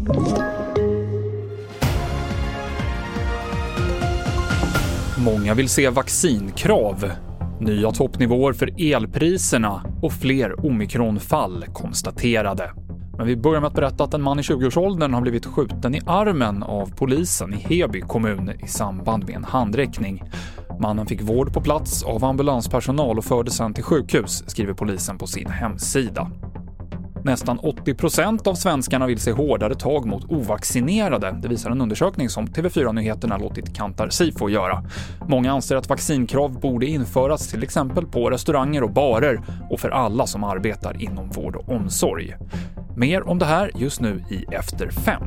Många vill se vaccinkrav, nya toppnivåer för elpriserna och fler omikronfall konstaterade. Men vi börjar med att berätta att en man i 20-årsåldern har blivit skjuten i armen av polisen i Heby kommun i samband med en handräckning. Mannen fick vård på plats av ambulanspersonal och fördes sedan till sjukhus, skriver polisen på sin hemsida. Nästan 80% av svenskarna vill se hårdare tag mot ovaccinerade. Det visar en undersökning som TV4-nyheterna låtit Kantar Sifo göra. Många anser att vaccinkrav borde införas till exempel på restauranger och barer och för alla som arbetar inom vård och omsorg. Mer om det här just nu i Efter 5.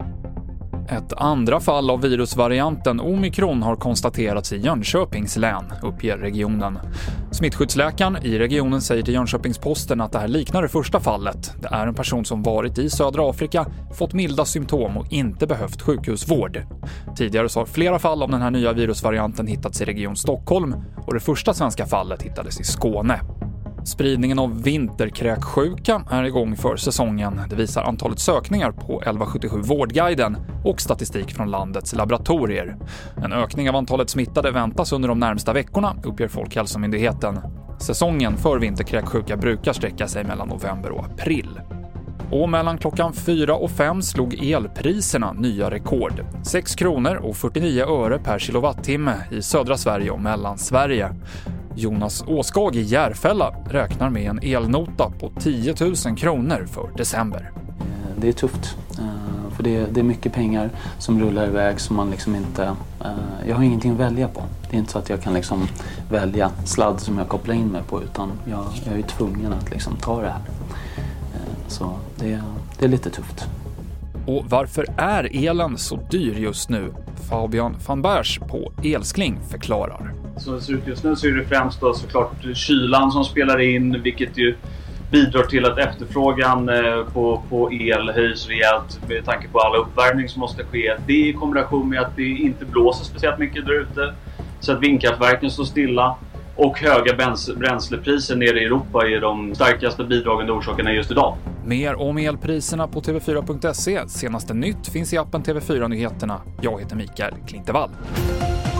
Ett andra fall av virusvarianten omikron har konstaterats i Jönköpings län, uppger regionen. Smittskyddsläkaren i regionen säger till Jönköpings-Posten att det här liknar det första fallet. Det är en person som varit i södra Afrika, fått milda symptom och inte behövt sjukhusvård. Tidigare så har flera fall av den här nya virusvarianten hittats i region Stockholm och det första svenska fallet hittades i Skåne. Spridningen av vinterkräksjuka är igång för säsongen. Det visar antalet sökningar på 1177 Vårdguiden och statistik från landets laboratorier. En ökning av antalet smittade väntas under de närmsta veckorna, uppger Folkhälsomyndigheten. Säsongen för vinterkräksjuka brukar sträcka sig mellan november och april. Och mellan klockan 4 och 5 slog elpriserna nya rekord. 6 kronor och 49 öre per kilowattimme i södra Sverige och Mellansverige. Jonas Åskag i Järfälla räknar med en elnota på 10 000 kronor för december. Det är tufft, för det är mycket pengar som rullar iväg som man liksom inte... Jag har ingenting att välja på. Det är inte så att jag kan liksom välja sladd som jag kopplar in mig på, utan jag är tvungen att liksom ta det här. Så det är lite tufft. Och varför är elen så dyr just nu? Fabian van Bers på Elskling förklarar. Som det ser ut just nu så är det främst då såklart kylan som spelar in, vilket ju bidrar till att efterfrågan på el höjs rejält med tanke på alla uppvärmning som måste ske. Det i kombination med att det inte blåser speciellt mycket där ute så att vindkraftverken står stilla och höga bränslepriser nere i Europa är de starkaste bidragande orsakerna just idag. Mer om elpriserna på tv4.se. Senaste nytt finns i appen TV4 Nyheterna. Jag heter Mikael Klintevall.